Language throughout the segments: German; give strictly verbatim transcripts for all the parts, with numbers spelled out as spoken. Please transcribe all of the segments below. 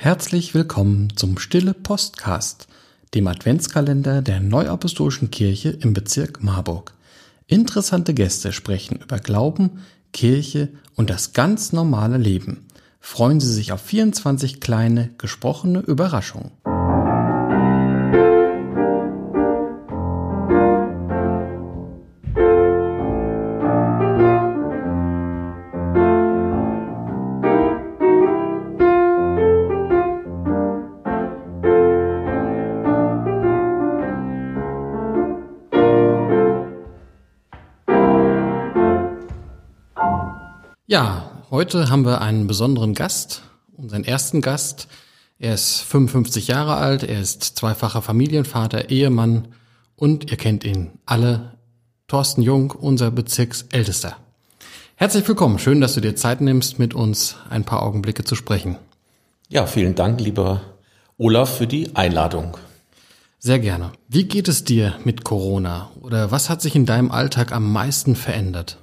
Herzlich willkommen zum Stille Postcast, dem Adventskalender der Neuapostolischen Kirche im Bezirk Marburg. Interessante Gäste sprechen über Glauben, Kirche und das ganz normale Leben. Freuen Sie sich auf vierundzwanzig kleine, gesprochene Überraschungen. Ja, heute haben wir einen besonderen Gast, unseren ersten Gast. Er ist fünfundfünfzig Jahre alt, er ist zweifacher Familienvater, Ehemann und ihr kennt ihn alle, Thorsten Jung, unser Bezirksältester. Herzlich willkommen, schön, dass du dir Zeit nimmst, mit uns ein paar Augenblicke zu sprechen. Ja, vielen Dank, lieber Olaf, für die Einladung. Sehr gerne. Wie geht es dir mit Corona oder was hat sich in deinem Alltag am meisten verändert?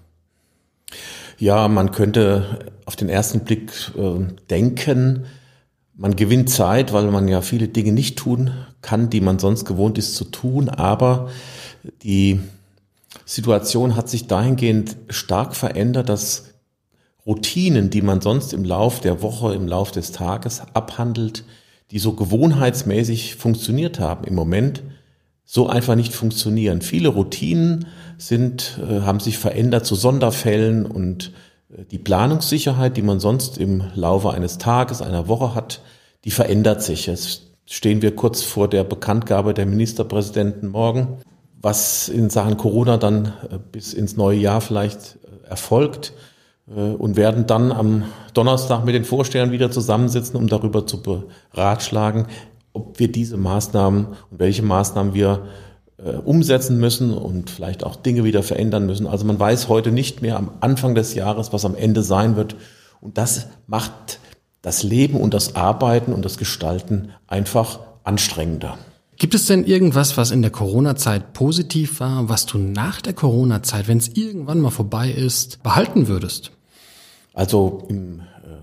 Ja, man könnte auf den ersten Blick äh, denken, man gewinnt Zeit, weil man ja viele Dinge nicht tun kann, die man sonst gewohnt ist zu tun. Aber die Situation hat sich dahingehend stark verändert, dass Routinen, die man sonst im Lauf der Woche, im Lauf des Tages abhandelt, die so gewohnheitsmäßig funktioniert haben, im Moment so einfach nicht funktionieren. Viele Routinen sind, äh, haben sich verändert zu Sonderfällen und äh, die Planungssicherheit, die man sonst im Laufe eines Tages, einer Woche hat, die verändert sich. Jetzt stehen wir kurz vor der Bekanntgabe der Ministerpräsidenten morgen, was in Sachen Corona dann äh, bis ins neue Jahr vielleicht äh, erfolgt äh, und werden dann am Donnerstag mit den Vorstehern wieder zusammensitzen, um darüber zu beratschlagen, ob wir diese Maßnahmen und welche Maßnahmen wir äh, umsetzen müssen und vielleicht auch Dinge wieder verändern müssen. Also man weiß heute nicht mehr am Anfang des Jahres, was am Ende sein wird. Und das macht das Leben und das Arbeiten und das Gestalten einfach anstrengender. Gibt es denn irgendwas, was in der Corona-Zeit positiv war, was du nach der Corona-Zeit, wenn es irgendwann mal vorbei ist, behalten würdest? Also im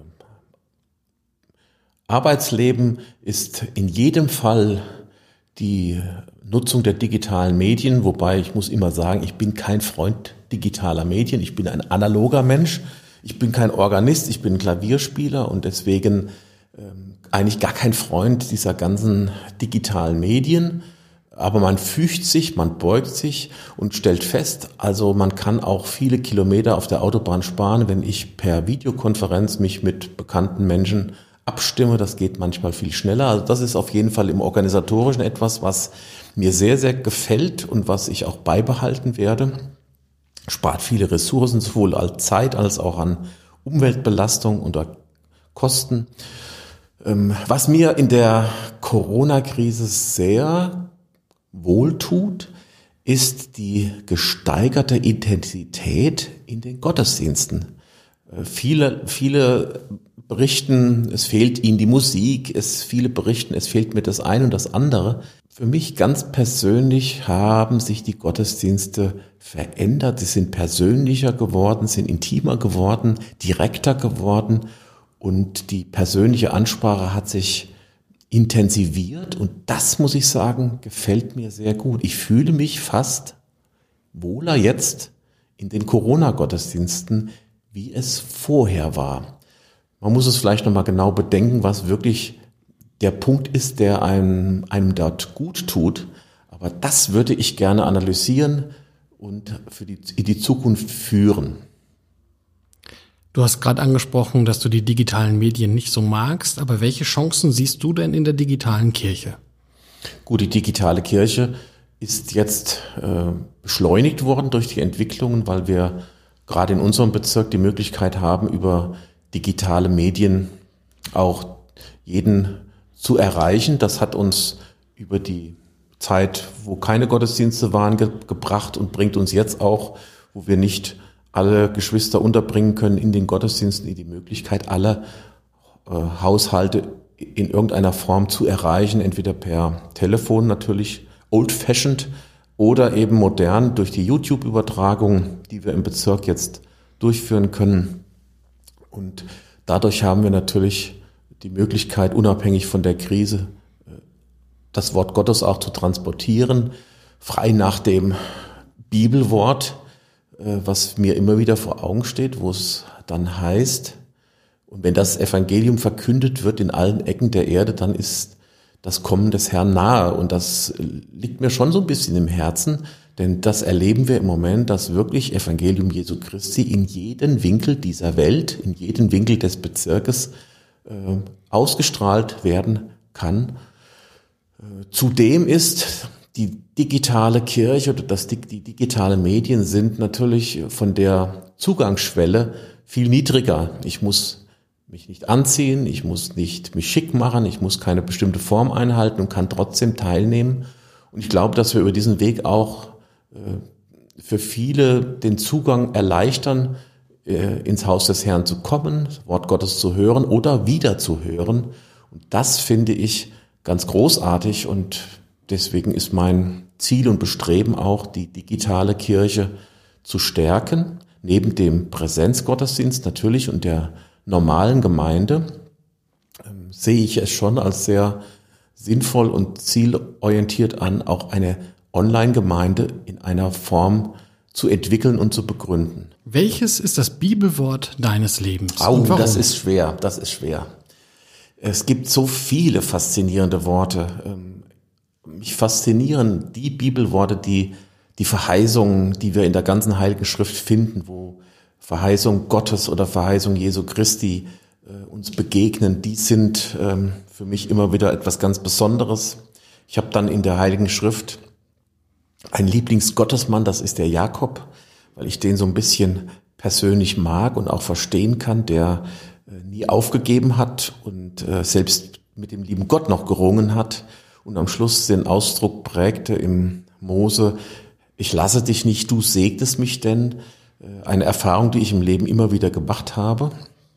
Arbeitsleben ist in jedem Fall die Nutzung der digitalen Medien, wobei ich muss immer sagen, ich bin kein Freund digitaler Medien, ich bin ein analoger Mensch, ich bin kein Organist, ich bin Klavierspieler und deswegen ähm, eigentlich gar kein Freund dieser ganzen digitalen Medien. Aber man fügt sich, man beugt sich und stellt fest, also man kann auch viele Kilometer auf der Autobahn sparen, wenn ich per Videokonferenz mich mit bekannten Menschen abstimme. Das geht manchmal viel schneller. Also das ist auf jeden Fall im Organisatorischen etwas, was mir sehr, sehr gefällt und was ich auch beibehalten werde. Spart viele Ressourcen, sowohl an Zeit als auch an Umweltbelastung und Kosten. Was mir in der Corona-Krise sehr wohltut, ist die gesteigerte Intensität in den Gottesdiensten. Viele, viele berichten, es fehlt ihnen die Musik, es viele berichten, es fehlt mir das eine und das andere. Für mich ganz persönlich haben sich die Gottesdienste verändert. Sie sind persönlicher geworden, sind intimer geworden, direkter geworden und die persönliche Ansprache hat sich intensiviert und das, muss ich sagen, gefällt mir sehr gut. Ich fühle mich fast wohler jetzt in den Corona-Gottesdiensten, wie es vorher war. Man muss es vielleicht nochmal genau bedenken, was wirklich der Punkt ist, der einem, einem dort gut tut. Aber das würde ich gerne analysieren und für die, in die Zukunft führen. Du hast gerade angesprochen, dass du die digitalen Medien nicht so magst, aber welche Chancen siehst du denn in der digitalen Kirche? Gut, die digitale Kirche ist jetzt äh, beschleunigt worden durch die Entwicklungen, weil wir gerade in unserem Bezirk die Möglichkeit haben, über digitale Medien auch jeden zu erreichen. Das hat uns über die Zeit, wo keine Gottesdienste waren, ge- gebracht und bringt uns jetzt auch, wo wir nicht alle Geschwister unterbringen können in den Gottesdiensten, in die Möglichkeit, alle äh, Haushalte in irgendeiner Form zu erreichen, entweder per Telefon natürlich, old-fashioned, oder eben modern durch die YouTube-Übertragung, die wir im Bezirk jetzt durchführen können. Und dadurch haben wir natürlich die Möglichkeit, unabhängig von der Krise, das Wort Gottes auch zu transportieren, frei nach dem Bibelwort, was mir immer wieder vor Augen steht, wo es dann heißt, und wenn das Evangelium verkündet wird in allen Ecken der Erde, dann ist das Kommen des Herrn nahe. Und das liegt mir schon so ein bisschen im Herzen, denn das erleben wir im Moment, dass wirklich Evangelium Jesu Christi in jeden Winkel dieser Welt, in jeden Winkel des Bezirkes äh, ausgestrahlt werden kann. Äh, zudem ist die digitale Kirche oder das, die digitale Medien sind natürlich von der Zugangsschwelle viel niedriger. Ich muss mich nicht anziehen, ich muss nicht mich schick machen, ich muss keine bestimmte Form einhalten und kann trotzdem teilnehmen. Und ich glaube, dass wir über diesen Weg auch äh, für viele den Zugang erleichtern, äh, ins Haus des Herrn zu kommen, das Wort Gottes zu hören oder wieder zu hören. Und das finde ich ganz großartig und deswegen ist mein Ziel und Bestreben auch, die digitale Kirche zu stärken, neben dem Präsenzgottesdienst natürlich und der normalen Gemeinde ähm, sehe ich es schon als sehr sinnvoll und zielorientiert an, auch eine Online-Gemeinde in einer Form zu entwickeln und zu begründen. Welches ist das Bibelwort deines Lebens? Oh, und warum? Das ist schwer, das ist schwer. Es gibt so viele faszinierende Worte. Mich faszinieren die Bibelworte, die die Verheißungen, die wir in der ganzen Heiligen Schrift finden, wo Verheißung Gottes oder Verheißung Jesu Christi äh, uns begegnen, die sind ähm, für mich immer wieder etwas ganz Besonderes. Ich habe dann in der Heiligen Schrift einen Lieblingsgottesmann, das ist der Jakob, weil ich den so ein bisschen persönlich mag und auch verstehen kann, der äh, nie aufgegeben hat und äh, selbst mit dem lieben Gott noch gerungen hat und am Schluss den Ausdruck prägte im Mose, ich lasse dich nicht, du segnest mich denn. Eine Erfahrung, die ich im Leben immer wieder gemacht habe.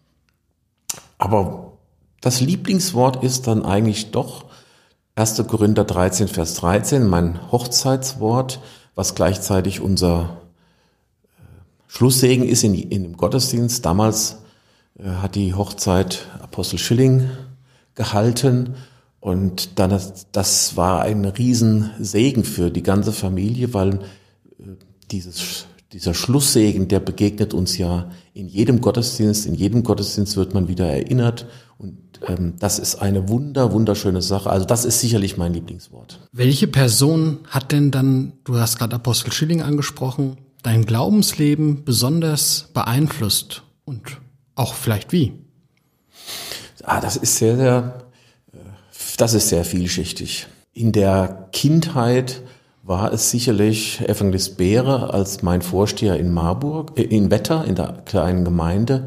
Aber das Lieblingswort ist dann eigentlich doch erster Korinther dreizehn, Vers dreizehn, mein Hochzeitswort, was gleichzeitig unser Schlusssegen ist in, in dem Gottesdienst. Damals äh, hat die Hochzeit Apostel Schilling gehalten und dann das, das war ein Riesensegen für die ganze Familie, weil äh, dieses Dieser Schlusssegen, der begegnet uns ja in jedem Gottesdienst. In jedem Gottesdienst wird man wieder erinnert. Und ähm, das ist eine wunder, wunderschöne Sache. Also das ist sicherlich mein Lieblingswort. Welche Person hat denn dann, du hast gerade Apostel Schilling angesprochen, dein Glaubensleben besonders beeinflusst? Und auch vielleicht wie? Ah, das ist sehr, sehr, das ist sehr vielschichtig. In der Kindheit war es sicherlich Evangelist Beere als mein Vorsteher in Marburg, äh, in Wetter, in der kleinen Gemeinde.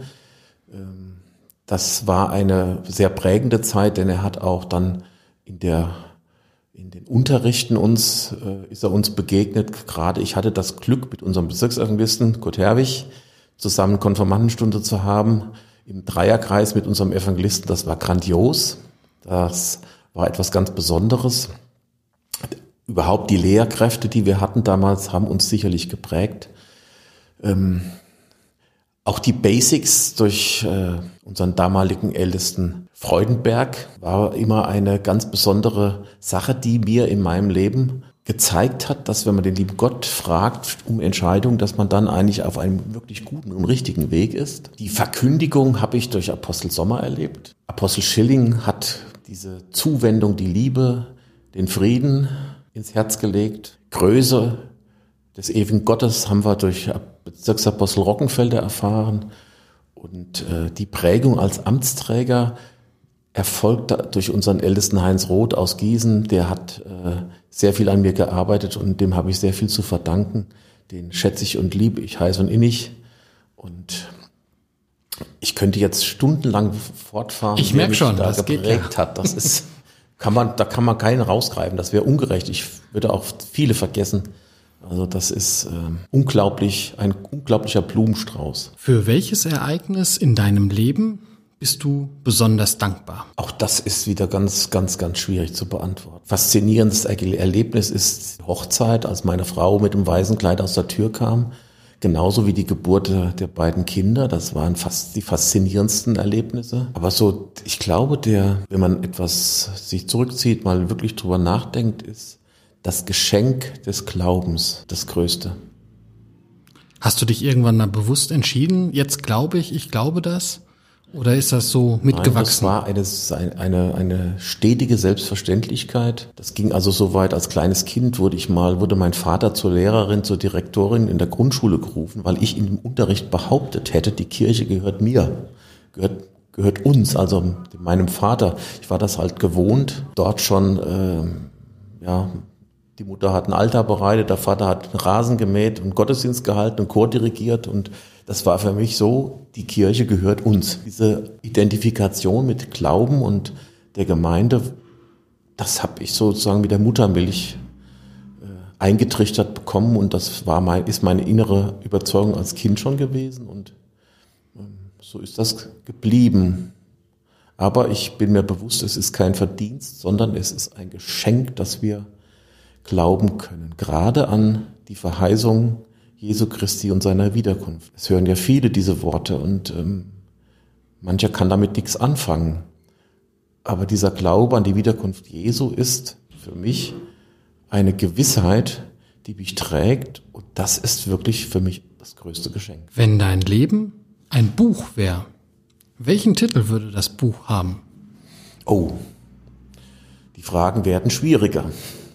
Das war eine sehr prägende Zeit, denn er hat auch dann in der, in den Unterrichten uns, äh, ist er uns begegnet. Gerade ich hatte das Glück, mit unserem Bezirksevangelisten Kurt Herwig zusammen Konfirmandenstunde zu haben, im Dreierkreis mit unserem Evangelisten. Das war grandios. Das war etwas ganz Besonderes. Überhaupt die Lehrkräfte, die wir hatten damals, haben uns sicherlich geprägt. Ähm, auch die Basics durch äh, unseren damaligen Ältesten Freudenberg war immer eine ganz besondere Sache, die mir in meinem Leben gezeigt hat, dass wenn man den lieben Gott fragt um Entscheidungen, dass man dann eigentlich auf einem wirklich guten und richtigen Weg ist. Die Verkündigung habe ich durch Apostel Sommer erlebt. Apostel Schilling hat diese Zuwendung, die Liebe, den Frieden ins Herz gelegt. Größe des ewigen Gottes haben wir durch Bezirksapostel Rockenfelder erfahren. Und äh, die Prägung als Amtsträger erfolgt durch unseren Ältesten Heinz Roth aus Gießen. Der hat äh, sehr viel an mir gearbeitet und dem habe ich sehr viel zu verdanken. Den schätze ich und liebe ich heiß und innig. Und ich könnte jetzt stundenlang fortfahren, ich merke schon, da das geprägt geht, ja. hat. Das ist Kann man, da kann man keinen rausgreifen. Das wäre ungerecht. Ich würde auch viele vergessen. Also das ist äh, unglaublich, ein unglaublicher Blumenstrauß. Für welches Ereignis in deinem Leben bist du besonders dankbar? Auch das ist wieder ganz, ganz, ganz schwierig zu beantworten. Faszinierendes Erlebnis ist die Hochzeit, als meine Frau mit dem weißen Kleid aus der Tür kam. Genauso wie die Geburt der beiden Kinder. Das waren fast die faszinierendsten Erlebnisse. Aber so, ich glaube, der, wenn man etwas sich zurückzieht, mal wirklich drüber nachdenkt, ist das Geschenk des Glaubens das Größte. Hast du dich irgendwann mal bewusst entschieden, jetzt glaube ich, ich glaube das? Oder ist das so mitgewachsen? Nein, das war eine, eine, eine stetige Selbstverständlichkeit. Das ging also so weit, als kleines Kind wurde ich mal, wurde mein Vater zur Lehrerin, zur Direktorin in der Grundschule gerufen, weil ich in dem Unterricht behauptet hätte, die Kirche gehört mir, gehört, gehört uns, also meinem Vater. Ich war das halt gewohnt, dort schon, äh, ja, die Mutter hat einen Altar bereitet, der Vater hat einen Rasen gemäht und Gottesdienst gehalten und Chor dirigiert und das war für mich so, die Kirche gehört uns. Diese Identifikation mit Glauben und der Gemeinde, das habe ich sozusagen mit der Muttermilch äh, eingetrichtert bekommen und das war mein, ist meine innere Überzeugung als Kind schon gewesen und äh, so ist das geblieben. Aber ich bin mir bewusst, es ist kein Verdienst, sondern es ist ein Geschenk, das wir glauben können. Gerade an die Verheißung Jesu Christi und seiner Wiederkunft. Es hören ja viele diese Worte und ähm, mancher kann damit nichts anfangen. Aber dieser Glaube an die Wiederkunft Jesu ist für mich eine Gewissheit, die mich trägt und das ist wirklich für mich das größte Geschenk. Wenn dein Leben ein Buch wäre, welchen Titel würde das Buch haben? Oh, die Fragen werden schwieriger.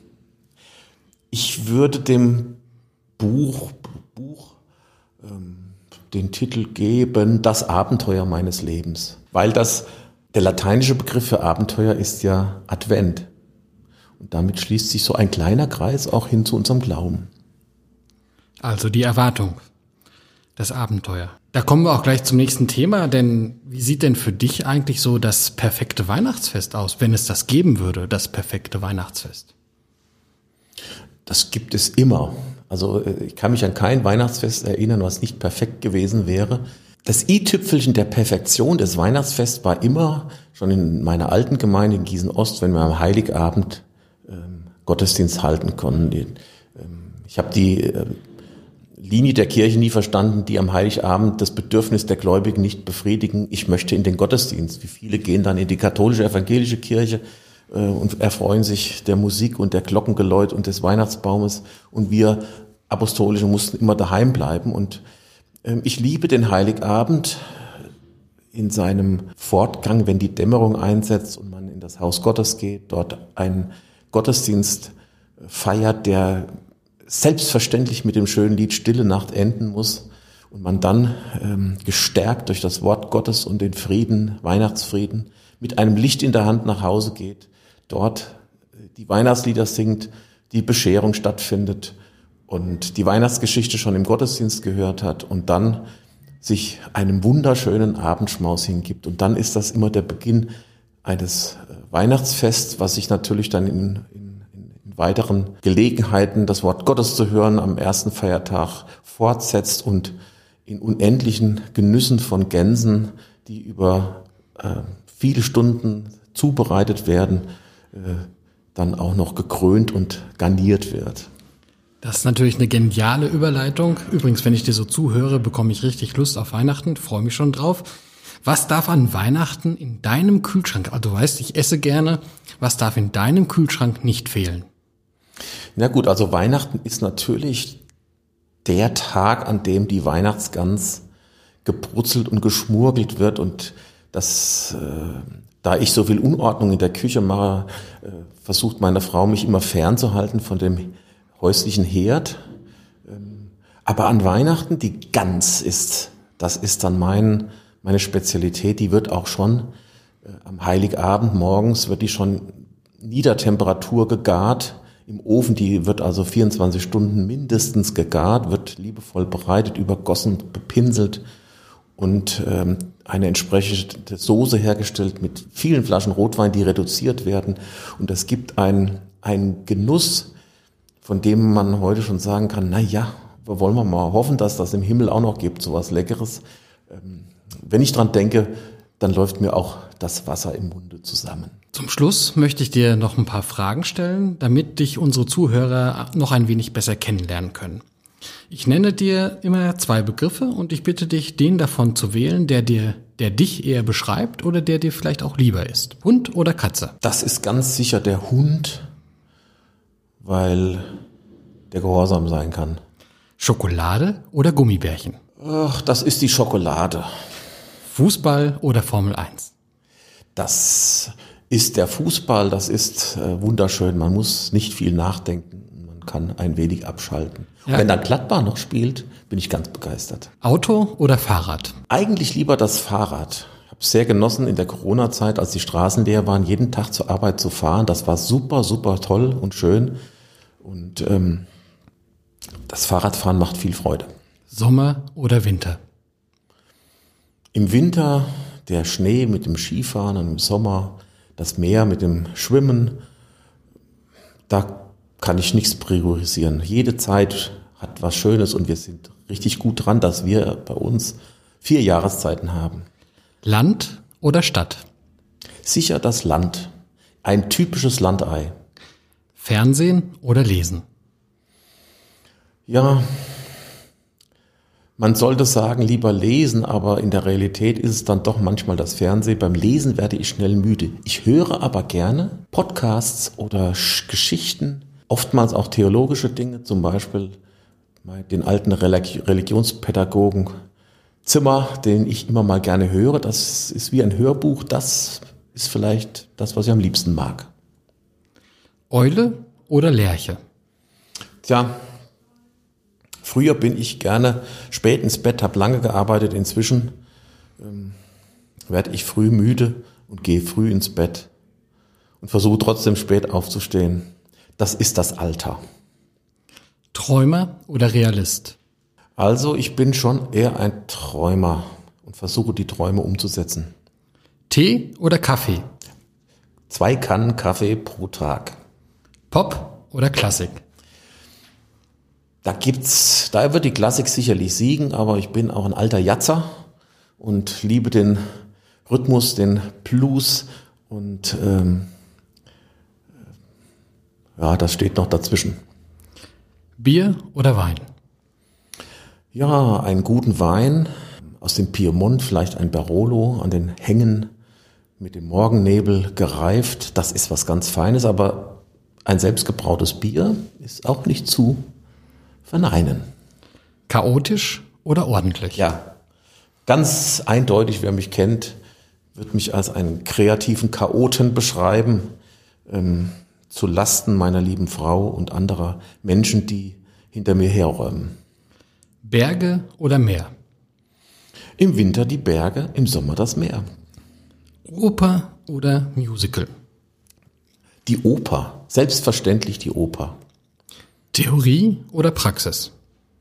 Ich würde dem Buch, Buch ähm, den Titel geben, Das Abenteuer meines Lebens. Weil das, der lateinische Begriff für Abenteuer ist ja Advent. Und damit schließt sich so ein kleiner Kreis auch hin zu unserem Glauben. Also die Erwartung, das Abenteuer. Da kommen wir auch gleich zum nächsten Thema, denn wie sieht denn für dich eigentlich so das perfekte Weihnachtsfest aus, wenn es das geben würde, das perfekte Weihnachtsfest? Das gibt es immer. Also ich kann mich an kein Weihnachtsfest erinnern, was nicht perfekt gewesen wäre. Das i-Tüpfelchen der Perfektion des Weihnachtsfests war immer, schon in meiner alten Gemeinde in Gießen-Ost, wenn wir am Heiligabend ähm, Gottesdienst halten konnten. Die, ähm, ich habe die äh, Linie der Kirche nie verstanden, die am Heiligabend das Bedürfnis der Gläubigen nicht befriedigen. Ich möchte in den Gottesdienst. Wie viele gehen dann in die katholische, evangelische Kirche und erfreuen sich der Musik und der Glockengeläut und des Weihnachtsbaumes und wir Apostolische mussten immer daheim bleiben und äh, ich liebe den Heiligabend in seinem Fortgang, wenn die Dämmerung einsetzt und man in das Haus Gottes geht, dort einen Gottesdienst feiert, der selbstverständlich mit dem schönen Lied Stille Nacht enden muss und man dann ähm, gestärkt durch das Wort Gottes und den Frieden, Weihnachtsfrieden, mit einem Licht in der Hand nach Hause geht, dort die Weihnachtslieder singt, die Bescherung stattfindet und die Weihnachtsgeschichte schon im Gottesdienst gehört hat und dann sich einem wunderschönen Abendschmaus hingibt. Und dann ist das immer der Beginn eines Weihnachtsfests, was sich natürlich dann in, in, in weiteren Gelegenheiten, das Wort Gottes zu hören, am ersten Feiertag fortsetzt und in unendlichen Genüssen von Gänsen, die über äh, viele Stunden zubereitet werden, dann auch noch gekrönt und garniert wird. Das ist natürlich eine geniale Überleitung. Übrigens, wenn ich dir so zuhöre, bekomme ich richtig Lust auf Weihnachten, freue mich schon drauf. Was darf an Weihnachten in deinem Kühlschrank, also du weißt, ich esse gerne, was darf in deinem Kühlschrank nicht fehlen? Na gut, also Weihnachten ist natürlich der Tag, an dem die Weihnachtsgans gebrutzelt und geschmurgelt wird und das... Äh, Da ich so viel Unordnung in der Küche mache, versucht meine Frau, mich immer fernzuhalten von dem häuslichen Herd. Aber an Weihnachten, die Gans ist, das ist dann mein, meine Spezialität, die wird auch schon am Heiligabend morgens, wird die schon Niedertemperatur gegart im Ofen, die wird also vierundzwanzig Stunden mindestens gegart, wird liebevoll bereitet, übergossen, bepinselt und ähm, eine entsprechende Soße hergestellt mit vielen Flaschen Rotwein, die reduziert werden. Und es gibt einen, einen Genuss, von dem man heute schon sagen kann, na ja, wollen wir mal hoffen, dass das im Himmel auch noch gibt, sowas Leckeres. Ähm, wenn ich dran denke, dann läuft mir auch das Wasser im Munde zusammen. Zum Schluss möchte ich dir noch ein paar Fragen stellen, damit dich unsere Zuhörer noch ein wenig besser kennenlernen können. Ich nenne dir immer zwei Begriffe und ich bitte dich, den davon zu wählen, der dir, der dich eher beschreibt oder der dir vielleicht auch lieber ist. Hund oder Katze? Das ist ganz sicher der Hund, weil der gehorsam sein kann. Schokolade oder Gummibärchen? Ach, das ist die Schokolade. Fußball oder Formel eins? Das ist der Fußball, das ist äh, wunderschön. Man muss nicht viel nachdenken, man kann ein wenig abschalten. Ja. Und wenn dann Gladbach noch spielt, bin ich ganz begeistert. Auto oder Fahrrad? Eigentlich lieber das Fahrrad. Ich habe es sehr genossen in der Corona-Zeit, als die Straßen leer waren, jeden Tag zur Arbeit zu fahren. Das war super, super toll und schön. Und ähm, das Fahrradfahren macht viel Freude. Sommer oder Winter? Im Winter der Schnee mit dem Skifahren und im Sommer das Meer mit dem Schwimmen. Da kann ich nichts priorisieren. Jede Zeit hat was Schönes und wir sind richtig gut dran, dass wir bei uns vier Jahreszeiten haben. Land oder Stadt? Sicher das Land. Ein typisches Landei. Fernsehen oder Lesen? Ja, man sollte sagen, lieber lesen, aber in der Realität ist es dann doch manchmal das Fernsehen. Beim Lesen werde ich schnell müde. Ich höre aber gerne Podcasts oder Geschichten, oftmals auch theologische Dinge, zum Beispiel den alten Religionspädagogen Zimmer, den ich immer mal gerne höre. Das ist wie ein Hörbuch, das ist vielleicht das, was ich am liebsten mag. Eule oder Lerche? Tja, früher bin ich gerne spät ins Bett, habe lange gearbeitet. Inzwischen ähm, werde ich früh müde und gehe früh ins Bett und versuche trotzdem spät aufzustehen. Das ist das Alter. Träumer oder Realist? Also ich bin schon eher ein Träumer und versuche die Träume umzusetzen. Tee oder Kaffee? Zwei Kannen Kaffee pro Tag. Pop oder Klassik? Da gibt's, da wird die Klassik sicherlich siegen, aber ich bin auch ein alter Jatzer und liebe den Rhythmus, den Blues und ähm, ja, das steht noch dazwischen. Bier oder Wein? Ja, einen guten Wein aus dem Piemont, vielleicht ein Barolo an den Hängen mit dem Morgennebel gereift. Das ist was ganz Feines, aber ein selbstgebrautes Bier ist auch nicht zu verneinen. Chaotisch oder ordentlich? Ja, ganz eindeutig, wer mich kennt, wird mich als einen kreativen Chaoten beschreiben, ähm, zu Lasten meiner lieben Frau und anderer Menschen, die hinter mir herräumen. Berge oder Meer? Im Winter die Berge, im Sommer das Meer. Oper oder Musical? Die Oper, selbstverständlich die Oper. Theorie oder Praxis?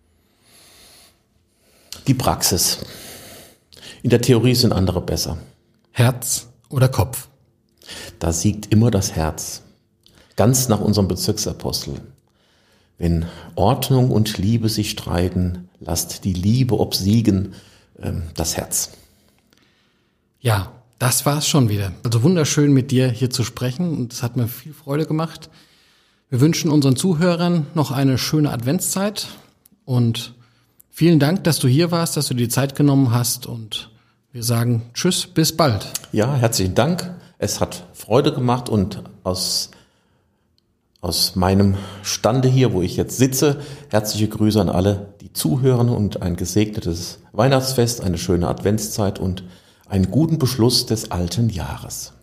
Die Praxis. In der Theorie sind andere besser. Herz oder Kopf? Da siegt immer das Herz. Ganz nach unserem Bezirksapostel. Wenn Ordnung und Liebe sich streiten, lasst die Liebe obsiegen, ähm, das Herz. Ja, das war's schon wieder. Also wunderschön mit dir hier zu sprechen und es hat mir viel Freude gemacht. Wir wünschen unseren Zuhörern noch eine schöne Adventszeit und vielen Dank, dass du hier warst, dass du dir die Zeit genommen hast und wir sagen Tschüss, bis bald. Ja, herzlichen Dank. Es hat Freude gemacht und aus Aus meinem Stande hier, wo ich jetzt sitze, herzliche Grüße an alle, die zuhören und ein gesegnetes Weihnachtsfest, eine schöne Adventszeit und einen guten Beschluss des alten Jahres.